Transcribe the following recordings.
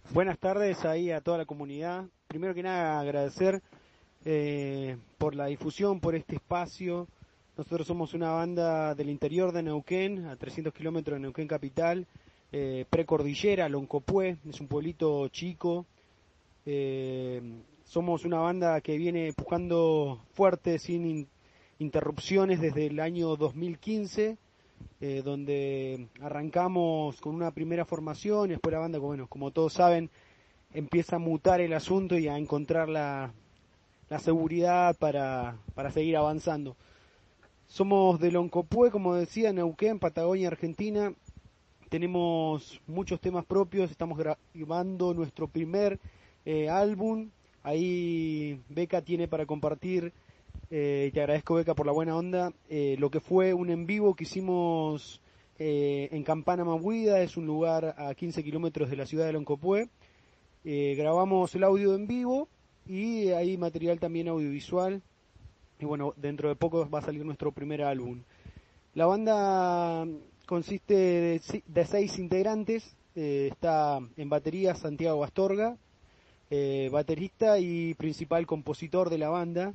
Buenas tardes ahí a toda la comunidad. Primero que nada agradecer por la difusión, por este espacio. Nosotros somos una banda del interior de Neuquén, a 300 kilómetros de Neuquén capital, precordillera, Loncopué, es un pueblito chico. Eh, Somos una banda que viene empujando fuerte, sin interrupciones desde el año 2015, donde arrancamos con una primera formación y después la banda, bueno, como todos saben, empieza a mutar el asunto y a encontrar la seguridad para seguir avanzando. Somos de Loncopué, como decía, Neuquén, Patagonia, Argentina. Tenemos muchos temas propios, estamos grabando nuestro primer álbum. Ahí Beca tiene para compartir, te agradezco Beca por la buena onda, lo que fue un en vivo que hicimos en Campana Mahuida, es un lugar a 15 kilómetros de la ciudad de Loncopué. Grabamos el audio en vivo y hay material también audiovisual. Y bueno, dentro de poco va a salir nuestro primer álbum. La banda consiste de 6 integrantes. Está en batería Santiago Astorga, baterista y principal compositor de la banda.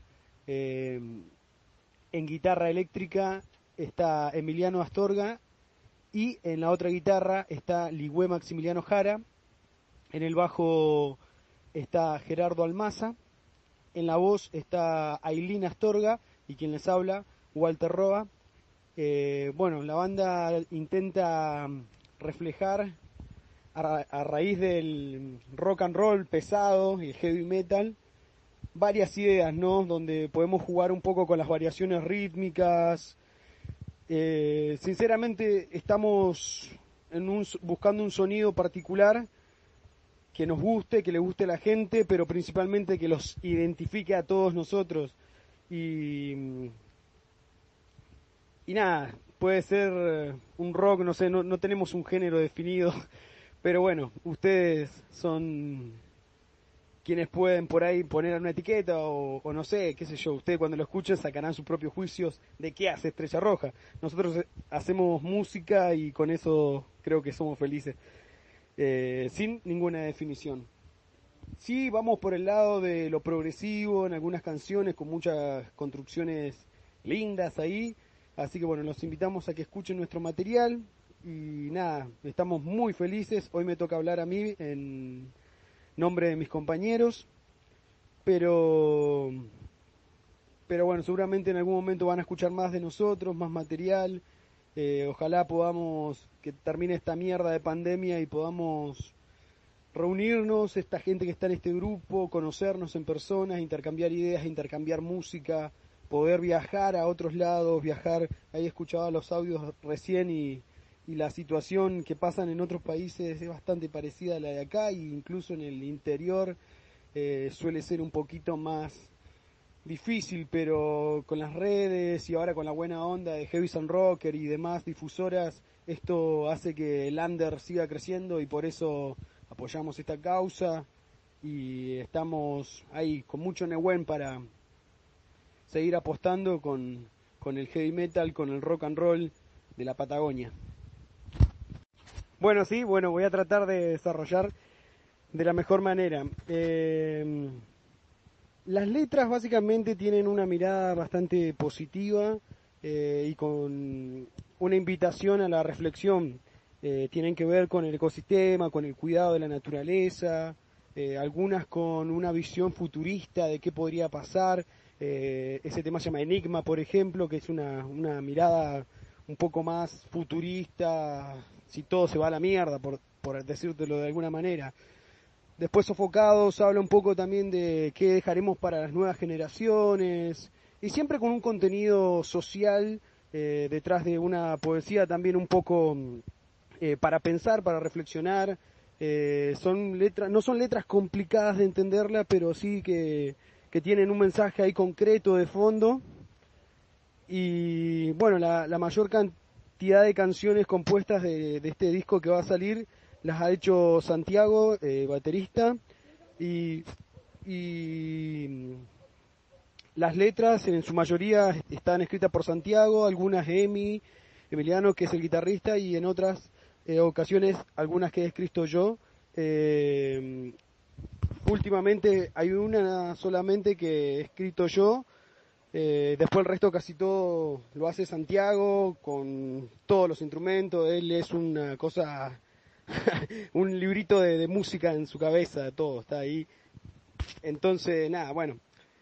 En guitarra eléctrica está Emiliano Astorga y en la otra guitarra está Ligüe Maximiliano Jara. En el bajo está Gerardo Almaza. En la voz está Ailín Astorga y quien les habla, Walter Roa. Bueno, la banda intenta reflejar a raíz del rock and roll pesado y el heavy metal varias ideas, ¿no? Donde podemos jugar un poco con las variaciones rítmicas. Sinceramente estamos buscando un sonido particular que nos guste, que le guste a la gente, pero principalmente que los identifique a todos nosotros. Y nada, puede ser un rock, no sé, no tenemos un género definido, pero bueno, ustedes son quienes pueden por ahí poner una etiqueta o no sé, qué sé yo, ustedes cuando lo escuchen sacarán sus propios juicios de qué hace Estrella Roja. Nosotros hacemos música y con eso creo que somos felices, sin ninguna definición. Sí, vamos por el lado de lo progresivo en algunas canciones con muchas construcciones lindas ahí, así que bueno, los invitamos a que escuchen nuestro material y nada, estamos muy felices. Hoy me toca hablar a mí en nombre de mis compañeros, pero bueno, seguramente en algún momento van a escuchar más de nosotros, más material. Ojalá podamos, que termine esta mierda de pandemia y podamos reunirnos, esta gente que está en este grupo, conocernos en persona, intercambiar ideas, intercambiar música, poder viajar a otros lados, viajar. Ahí escuchaba los audios recién y la situación que pasan en otros países es bastante parecida a la de acá, e incluso en el interior suele ser un poquito más difícil, pero con las redes y ahora con la buena onda de Heavy Sun Rocker y demás difusoras, esto hace que el under siga creciendo y por eso apoyamos esta causa y estamos ahí con mucho Nehuen para seguir apostando con el heavy metal, con el rock and roll de la Patagonia. Bueno, sí, bueno, voy a tratar de desarrollar de la mejor manera. Las letras básicamente tienen una mirada bastante positiva y con una invitación a la reflexión. Tienen que ver con el ecosistema, con el cuidado de la naturaleza, algunas con una visión futurista de qué podría pasar. Ese tema se llama Enigma, por ejemplo, que es una mirada un poco más futurista, si todo se va a la mierda, por decírtelo de alguna manera. Después Sofocados habla un poco también de qué dejaremos para las nuevas generaciones, y siempre con un contenido social detrás de una poesía también un poco para pensar, para reflexionar. Son letras, no son letras complicadas de entenderla, pero sí que tienen un mensaje ahí concreto de fondo. Y bueno, la mayor cantidad de canciones compuestas de este disco que va a salir las ha hecho Santiago, baterista, y las letras en su mayoría están escritas por Santiago, algunas Emiliano, que es el guitarrista, y en otras ocasiones algunas que he escrito yo. Últimamente hay una solamente que he escrito yo. Después el resto casi todo lo hace Santiago con todos los instrumentos. Él es una cosa, un librito de música en su cabeza, todo está ahí. Entonces, nada, bueno.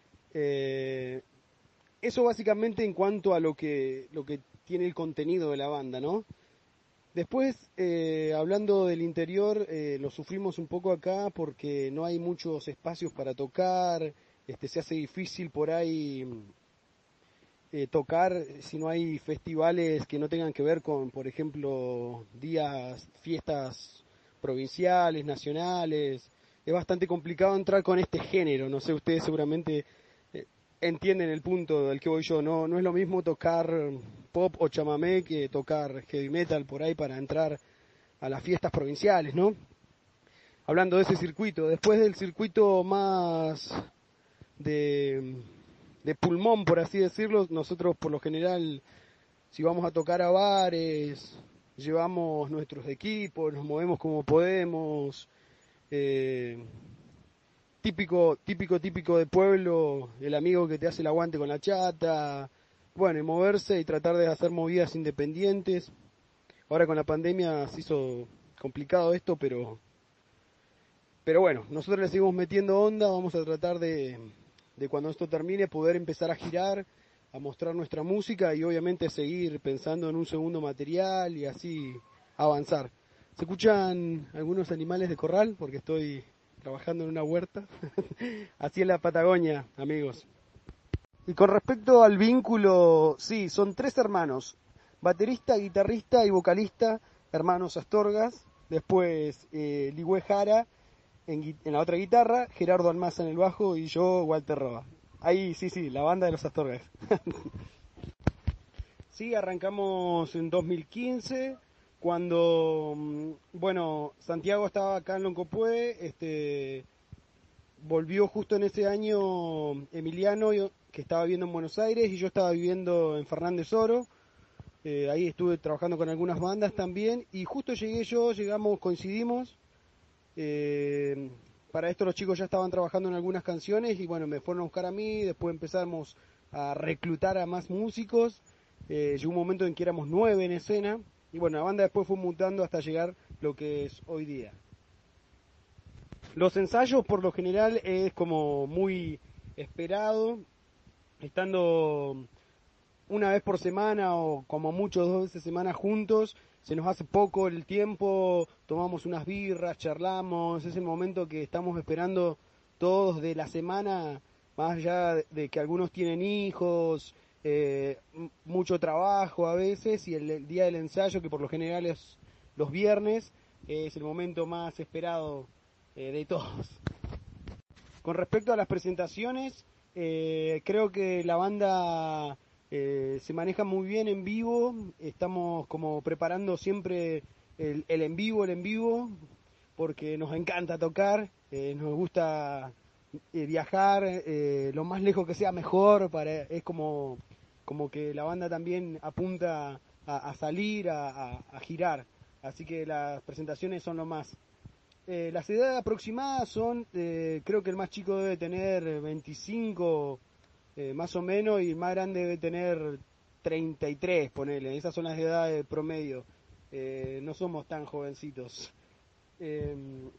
Eso básicamente en cuanto a lo que tiene el contenido de la banda, ¿no? Después, hablando del interior, lo sufrimos un poco acá porque no hay muchos espacios para tocar, se hace difícil por ahí tocar si no hay festivales que no tengan que ver con, por ejemplo, días, fiestas provinciales, nacionales. Es bastante complicado entrar con este género, no sé, ustedes seguramente entienden el punto del que voy yo. No es lo mismo tocar pop o chamamé que tocar heavy metal por ahí para entrar a las fiestas provinciales, ¿no? Hablando de ese circuito, después del circuito más de, de pulmón, por así decirlo, nosotros por lo general, si vamos a tocar a bares, llevamos nuestros equipos, nos movemos como podemos. eh, típico de pueblo, el amigo que te hace el aguante con la chata, bueno, y moverse y tratar de hacer movidas independientes. Ahora con la pandemia se hizo complicado esto, pero bueno, nosotros le seguimos metiendo onda, vamos a tratar de cuando esto termine poder empezar a girar, a mostrar nuestra música y obviamente seguir pensando en un segundo material y así avanzar. ¿Se escuchan algunos animales de corral? Porque estoy trabajando en una huerta. Así es la Patagonia, amigos. Y con respecto al vínculo, sí, son 3 hermanos, baterista, guitarrista y vocalista, hermanos Astorgas, después Ligüe Jara en la otra guitarra, Gerardo Almaza en el bajo y yo, Walter Roa. Ahí, sí, la banda de los Astorgas. Sí, arrancamos en 2015, cuando, bueno, Santiago estaba acá en Loncopué, volvió justo en ese año Emiliano, que estaba viviendo en Buenos Aires, y yo estaba viviendo en Fernández Oro. Ahí estuve trabajando con algunas bandas también, y justo llegué yo, llegamos, coincidimos. Para esto los chicos ya estaban trabajando en algunas canciones, y bueno, me fueron a buscar a mí, después empezamos a reclutar a más músicos. Llegó un momento en que éramos 9 en escena, y bueno, la banda después fue mutando hasta llegar lo que es hoy día. Los ensayos por lo general es como muy esperado, estando una vez por semana o como mucho 2 veces semana juntos, se nos hace poco el tiempo, tomamos unas birras, charlamos, es el momento que estamos esperando todos de la semana, más allá de que algunos tienen hijos, mucho trabajo a veces, y el día del ensayo, que por lo general es los viernes, es el momento más esperado de todos. Con respecto a las presentaciones, creo que la banda se maneja muy bien en vivo, estamos como preparando siempre el en vivo, porque nos encanta tocar, nos gusta viajar, lo más lejos que sea mejor, es como que la banda también apunta a salir, a girar, así que las presentaciones son lo más. Las edades aproximadas son, creo que el más chico debe tener 25 más o menos, y el más grande debe tener 33, ponele. Esas son las edades promedio. No somos tan jovencitos. Eh,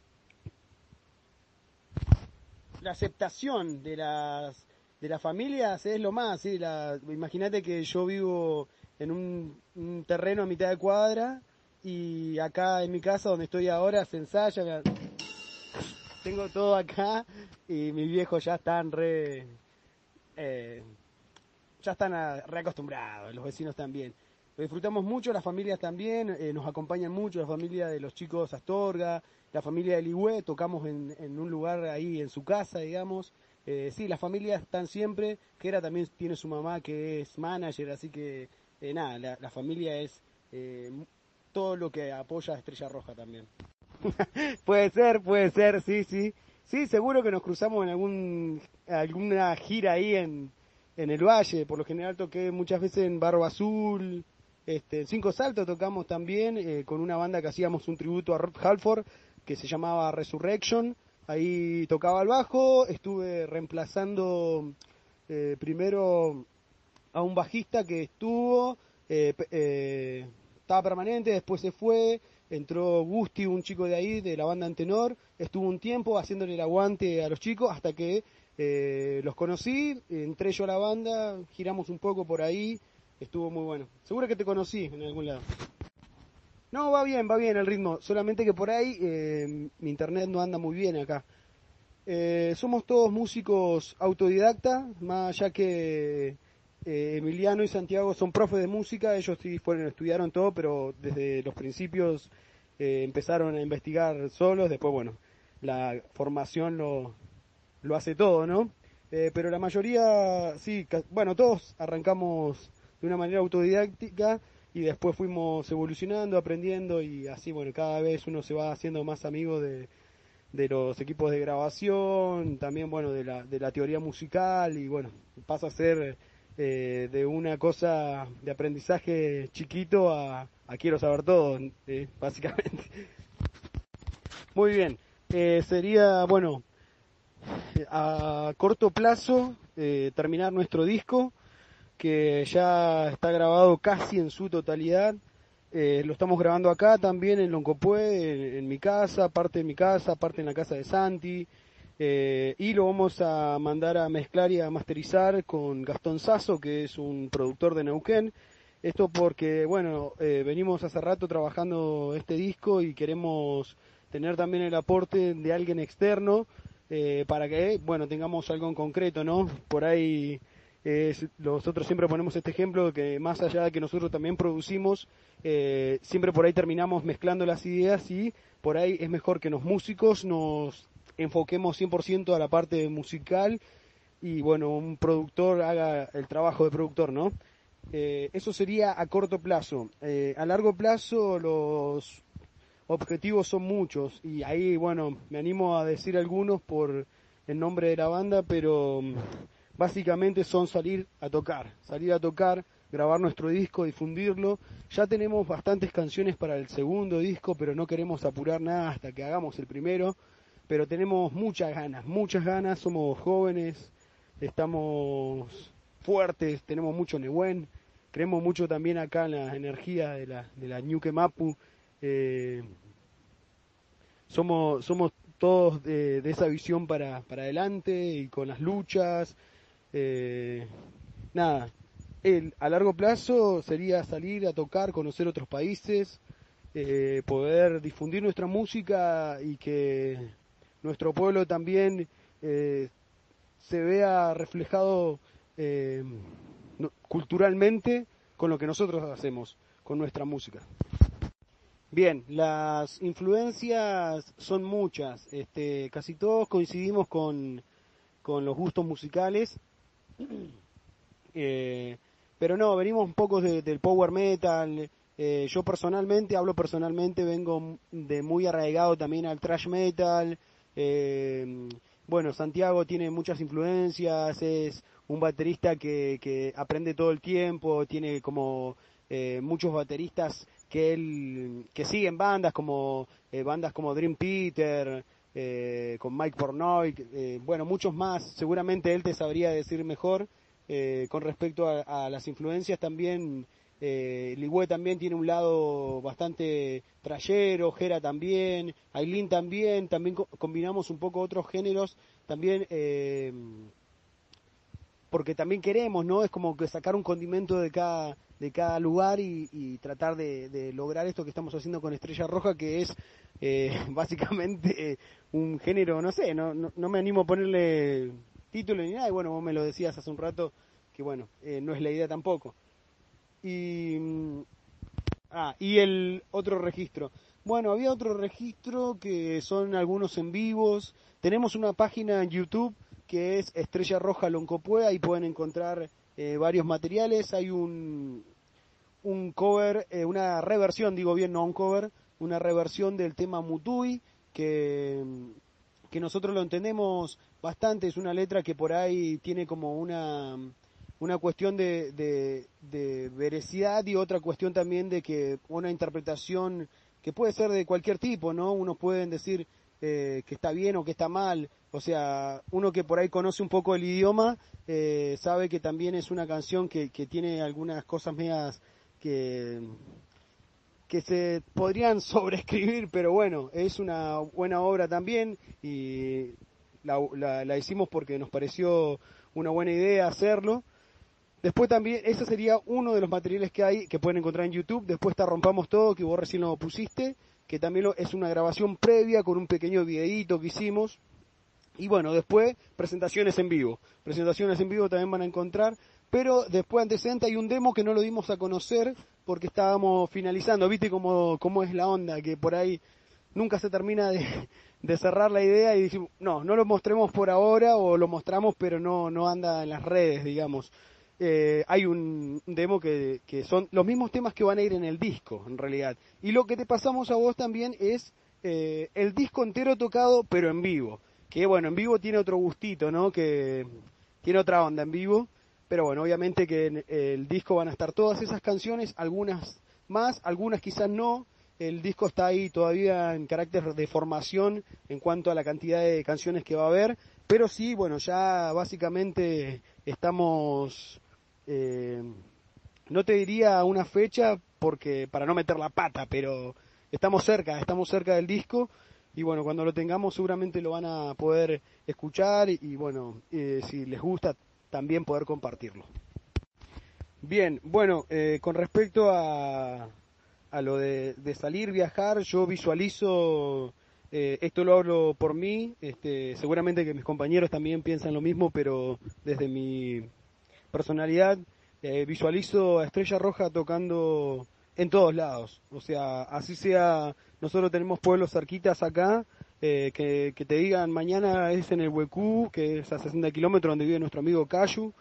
la aceptación de las familias es lo más. ¿Sí? Imagínate que yo vivo en un terreno a mitad de cuadra, y acá en mi casa donde estoy ahora se ensaya, tengo todo acá, y mis viejos ya están re acostumbrados, los vecinos también. Lo disfrutamos mucho, las familias también, nos acompañan mucho, la familia de los chicos Astorga, la familia de Ligüe, tocamos en un lugar ahí en su casa, digamos. Sí, las familias están siempre. Gera también tiene su mamá que es manager, así que nada, la familia es todo lo que apoya a Estrella Roja también. Puede ser, sí. Sí, seguro que nos cruzamos en alguna gira ahí en el Valle. Por lo general toqué muchas veces en Barba Azul, en Cinco Saltos tocamos también, con una banda que hacíamos un tributo a Rob Halford, que se llamaba Resurrection. Ahí tocaba el bajo, estuve reemplazando primero a un bajista que estuvo, estaba permanente, después se fue, entró Gusti, un chico de ahí, de la banda Antenor, estuvo un tiempo haciéndole el aguante a los chicos hasta que los conocí, entré yo a la banda, giramos un poco por ahí, estuvo muy bueno. Seguro que te conocí en algún lado. No, va bien el ritmo, solamente que por ahí mi internet no anda muy bien acá. Somos todos músicos autodidacta, más allá que Emiliano y Santiago son profes de música, ellos sí estudiaron todo, pero desde los principios empezaron a investigar solos, después bueno, la formación lo hace todo, ¿no? Pero la mayoría, sí, bueno, todos arrancamos de una manera autodidáctica y después fuimos evolucionando, aprendiendo y así, bueno, cada vez uno se va haciendo más amigo de los equipos de grabación, también, bueno, de la teoría musical y, bueno, pasa a ser de una cosa de aprendizaje chiquito a quiero saber todo, básicamente. Muy bien, sería, bueno, a corto plazo terminar nuestro disco, que ya está grabado casi en su totalidad. Lo estamos grabando acá también en Loncopué, en mi casa, parte en mi casa, parte en la casa de Santi, y lo vamos a mandar a mezclar y a masterizar con Gastón Sasso, que es un productor de Neuquén. Esto porque, bueno, venimos hace rato trabajando este disco y queremos tener también el aporte de alguien externo para que, bueno, tengamos algo en concreto, ¿no? Por ahí nosotros siempre ponemos este ejemplo que más allá de que nosotros también producimos, siempre por ahí terminamos mezclando las ideas y por ahí es mejor que los músicos nos enfoquemos 100% a la parte musical y bueno, un productor haga el trabajo de productor, ¿no? Eso sería a corto plazo. A largo plazo los objetivos son muchos y ahí, bueno, me animo a decir algunos por el nombre de la banda, pero básicamente son salir a tocar, grabar nuestro disco, difundirlo. Ya tenemos bastantes canciones para el segundo disco, pero no queremos apurar nada hasta que hagamos el primero. Pero tenemos muchas ganas, somos jóvenes, estamos fuertes, tenemos mucho Nehuen, creemos mucho también acá en la energía de la Ñuque Mapu. Somos todos de esa visión para adelante y con las luchas. Nada, a largo plazo sería salir a tocar, conocer otros países, poder difundir nuestra música y que nuestro pueblo también se vea reflejado culturalmente con lo que nosotros hacemos, con nuestra música. Bien, las influencias son muchas, casi todos coincidimos con los gustos musicales, pero no, venimos un poco del power metal. Yo hablo personalmente, vengo de muy arraigado también al thrash metal. Bueno, Santiago tiene muchas influencias, es un baterista que aprende todo el tiempo, tiene como muchos bateristas que siguen bandas como Dream Theater, con Mike Portnoy, bueno, muchos más, seguramente él te sabría decir mejor. Con respecto a las influencias también, Ligüe también tiene un lado bastante trayero, Jera también, Ailín también combinamos un poco otros géneros, también porque también queremos, ¿no? Es como que sacar un condimento de cada lugar y tratar de lograr esto que estamos haciendo con Estrella Roja, que es básicamente un género, no sé, no me animo a ponerle título ni nada, y bueno, vos me lo decías hace un rato, que bueno, no es la idea tampoco. Y el otro registro. Bueno, había otro registro que son algunos en vivos. Tenemos una página en YouTube que es Estrella Roja Loncopué, ahí pueden encontrar varios materiales. Hay un cover, una reversión, digo bien, no un cover, una reversión del tema Mutui, que nosotros lo entendemos bastante, es una letra que por ahí tiene como una cuestión de veracidad y otra cuestión también de que una interpretación que puede ser de cualquier tipo, ¿no? Unos pueden decir que está bien o que está mal, o sea, uno que por ahí conoce un poco el idioma, sabe que también es una canción que tiene algunas cosas medias que, que se podrían sobreescribir, pero bueno, es una buena obra también y la hicimos porque nos pareció una buena idea hacerlo. Después también, ese sería uno de los materiales que hay, que pueden encontrar en YouTube. Después está Rompamos Todo, que vos recién lo pusiste, que también es una grabación previa con un pequeño videíto que hicimos. Y bueno, después presentaciones en vivo. Presentaciones en vivo también van a encontrar. Pero después antecedente hay un demo que no lo dimos a conocer porque estábamos finalizando. ¿Viste cómo es la onda? Que por ahí nunca se termina de cerrar la idea y decimos, no lo mostremos por ahora o lo mostramos pero no anda en las redes, digamos. Hay un demo que son los mismos temas que van a ir en el disco, en realidad. Y lo que te pasamos a vos también es el disco entero tocado, pero en vivo. Que bueno, en vivo tiene otro gustito, ¿no? Que tiene otra onda en vivo. Pero bueno, obviamente que en el disco van a estar todas esas canciones, algunas más, algunas quizás no. El disco está ahí todavía en carácter de formación en cuanto a la cantidad de canciones que va a haber. Pero sí, bueno, ya básicamente estamos... no te diría una fecha porque para no meter la pata, pero estamos cerca del disco y bueno, cuando lo tengamos seguramente lo van a poder escuchar y bueno, si les gusta también poder compartirlo. Bien, bueno, con respecto a lo de salir, viajar, yo visualizo, esto lo hablo por mí, seguramente que mis compañeros también piensan lo mismo, pero desde mi personalidad, visualizo a Estrella Roja tocando en todos lados. O sea, así sea, nosotros tenemos pueblos cerquitas acá, que te digan mañana es en el Huecú, que es a 60 kilómetros donde vive nuestro amigo Cayu,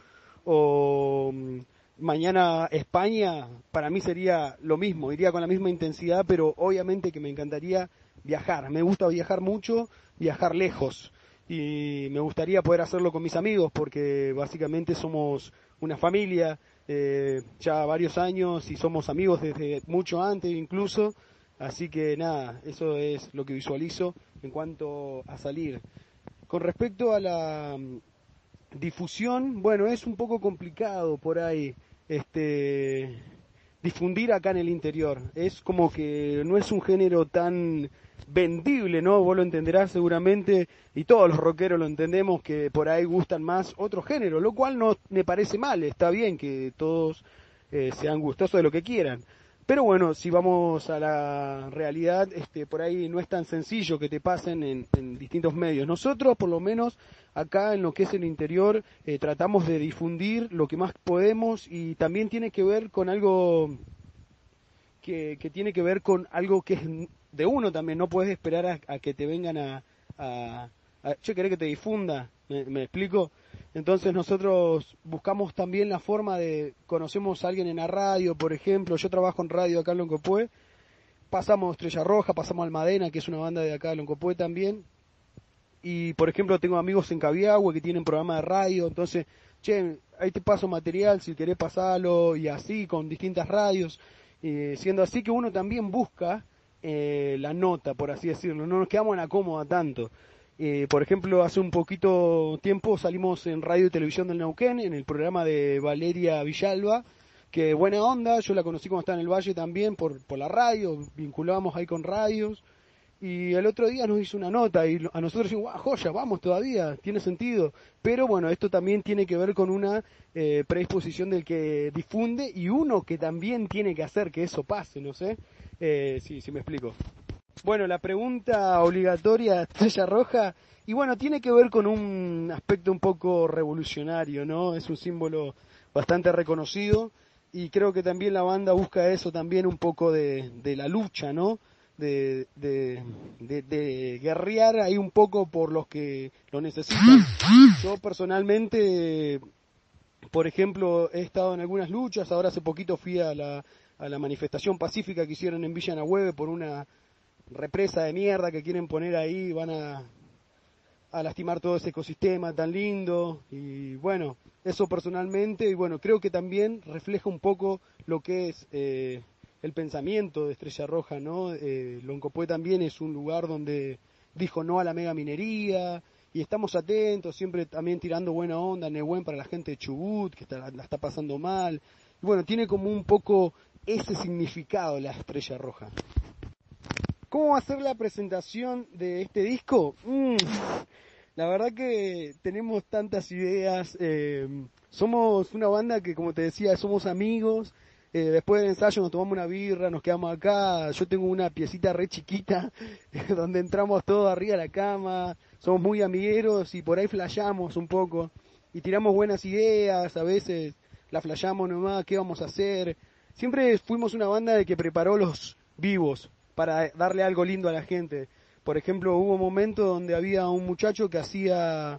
o mañana España, para mí sería lo mismo, iría con la misma intensidad, pero obviamente que me encantaría viajar. Me gusta viajar mucho, viajar lejos. Y me gustaría poder hacerlo con mis amigos porque básicamente somos una familia, ya varios años y somos amigos desde mucho antes incluso, así que nada, eso es lo que visualizo en cuanto a salir. Con respecto a la difusión, bueno, es un poco complicado por ahí, difundir acá en el interior. Es como que no es un género tan vendible, ¿no? Vos lo entenderás seguramente, y todos los rockeros lo entendemos, que por ahí gustan más otro género, lo cual no me parece mal, está bien que todos sean gustosos de lo que quieran. Pero bueno, si vamos a la realidad, por ahí no es tan sencillo que te pasen en distintos medios. Nosotros, por lo menos, acá en lo que es el interior, tratamos de difundir lo que más podemos y también tiene que ver con algo que tiene que ver con algo que es de uno también. No puedes esperar a que te vengan yo querés que te difunda, ¿me explico? Entonces nosotros buscamos también la forma de, conocemos a alguien en la radio, por ejemplo, yo trabajo en radio acá en Loncopué, pasamos Estrella Roja, pasamos Almadena, que es una banda de acá de Loncopué también, y por ejemplo tengo amigos en Cabiagüe que tienen programa de radio, entonces, che, ahí te paso material, si querés pasarlo, y así, con distintas radios, siendo así que uno también busca la nota, por así decirlo, no nos quedamos en la cómoda tanto. Por ejemplo, hace un poquito tiempo salimos en Radio y Televisión del Neuquén, en el programa de Valeria Villalba, que buena onda, yo la conocí cuando estaba en el Valle también por la radio, vinculábamos ahí con radios, y el otro día nos hizo una nota y a nosotros decimos, guau, joya, vamos todavía, tiene sentido. Pero bueno, esto también tiene que ver con una predisposición del que difunde y uno que también tiene que hacer que eso pase, no sé, si me explico. Bueno, la pregunta obligatoria, Estrella Roja, y bueno, tiene que ver con un aspecto un poco revolucionario, ¿no? Es un símbolo bastante reconocido y creo que también la banda busca eso también un poco de la lucha, ¿no? De guerrear ahí un poco por los que lo necesitan. Yo personalmente, por ejemplo, he estado en algunas luchas, ahora hace poquito fui a la manifestación pacífica que hicieron en Villa Nahueve por una represa de mierda que quieren poner ahí, van a lastimar todo ese ecosistema tan lindo y bueno, eso personalmente y bueno, creo que también refleja un poco lo que es el pensamiento de Estrella Roja, ¿no? Loncopué también es un lugar donde dijo no a la mega minería, y estamos atentos, siempre también tirando buena onda, Nehuen para la gente de Chubut, que la está pasando mal. Y bueno, tiene como un poco ese significado la Estrella Roja. ¿Cómo va a ser la presentación de este disco? La verdad que tenemos tantas ideas. Somos una banda que, como te decía, somos amigos. Después del ensayo nos tomamos una birra, nos quedamos acá. Yo tengo una piecita re chiquita donde entramos todos arriba de la cama. Somos muy amigueros y por ahí flasheamos un poco. Y tiramos buenas ideas, a veces la flasheamos nomás, qué vamos a hacer. Siempre fuimos una banda de que preparó los vivos para darle algo lindo a la gente. Por ejemplo, hubo momentos donde había un muchacho que hacía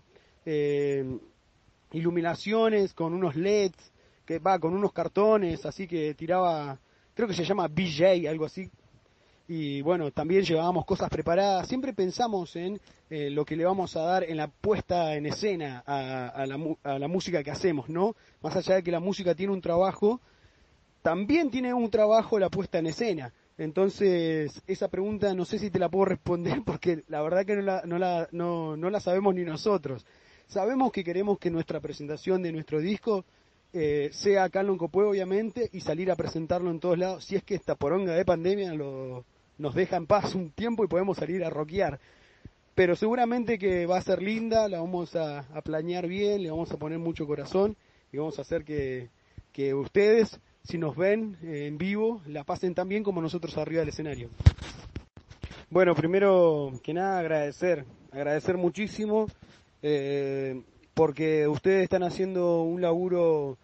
iluminaciones con unos LEDs, con unos cartones, así que tiraba, creo que se llama BJ, algo así. Y bueno, también llevábamos cosas preparadas. Siempre pensamos en lo que le vamos a dar en la puesta en escena a la música que hacemos, ¿no? Más allá de que la música tiene un trabajo, también tiene un trabajo la puesta en escena. Entonces, esa pregunta no sé si te la puedo responder porque la verdad que no la sabemos ni nosotros. Sabemos que queremos que nuestra presentación de nuestro disco sea acá en Loncopué, obviamente, y salir a presentarlo en todos lados, si es que esta poronga de pandemia nos deja en paz un tiempo y podemos salir a rockear. Pero seguramente que va a ser linda, la vamos a planear bien, le vamos a poner mucho corazón y vamos a hacer que ustedes, si nos ven en vivo, la pasen tan bien como nosotros arriba del escenario. Bueno, primero que nada agradecer muchísimo, porque ustedes están haciendo un laburo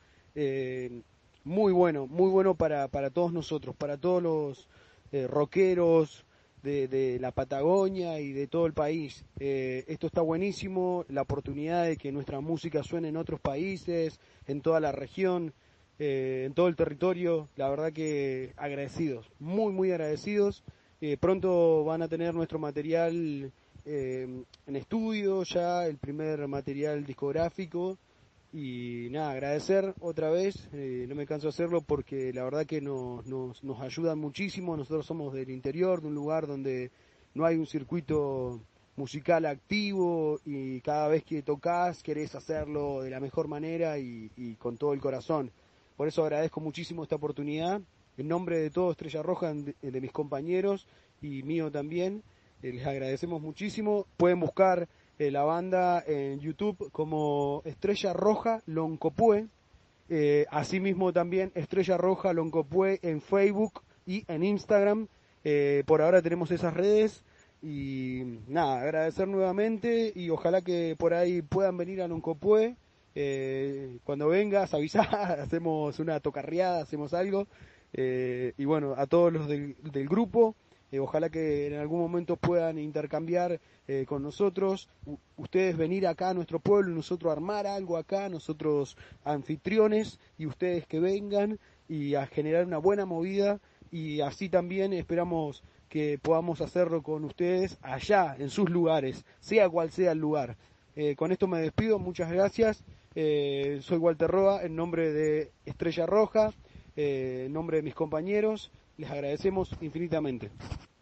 muy bueno para todos nosotros, para todos los rockeros de la Patagonia y de todo el país. Esto está buenísimo, la oportunidad de que nuestra música suene en otros países, en toda la región, en todo el territorio. La verdad que agradecidos, muy agradecidos. Pronto van a tener nuestro material en estudio, ya el primer material discográfico. Y nada, agradecer otra vez, no me canso de hacerlo porque la verdad que nos ayudan muchísimo. Nosotros somos del interior, de un lugar donde no hay un circuito musical activo y cada vez que tocas querés hacerlo de la mejor manera y con todo el corazón. Por eso agradezco muchísimo esta oportunidad, en nombre de todo Estrella Roja, de mis compañeros y mío también. Les agradecemos muchísimo. Pueden buscar la banda en YouTube como Estrella Roja Loncopué, asimismo también Estrella Roja Loncopué en Facebook y en Instagram. Por ahora tenemos esas redes y nada, agradecer nuevamente y ojalá que por ahí puedan venir a Loncopué. Cuando vengas avisá, hacemos una tocarreada, hacemos algo. Y bueno, a todos los del grupo, ojalá que en algún momento puedan intercambiar con nosotros, ustedes venir acá a nuestro pueblo, nosotros armar algo acá, nosotros anfitriones y ustedes que vengan y a generar una buena movida, y así también esperamos que podamos hacerlo con ustedes allá, en sus lugares, sea cual sea el lugar. Con esto me despido, muchas gracias. Soy Walter Roa, en nombre de Estrella Roja, en nombre de mis compañeros, les agradecemos infinitamente.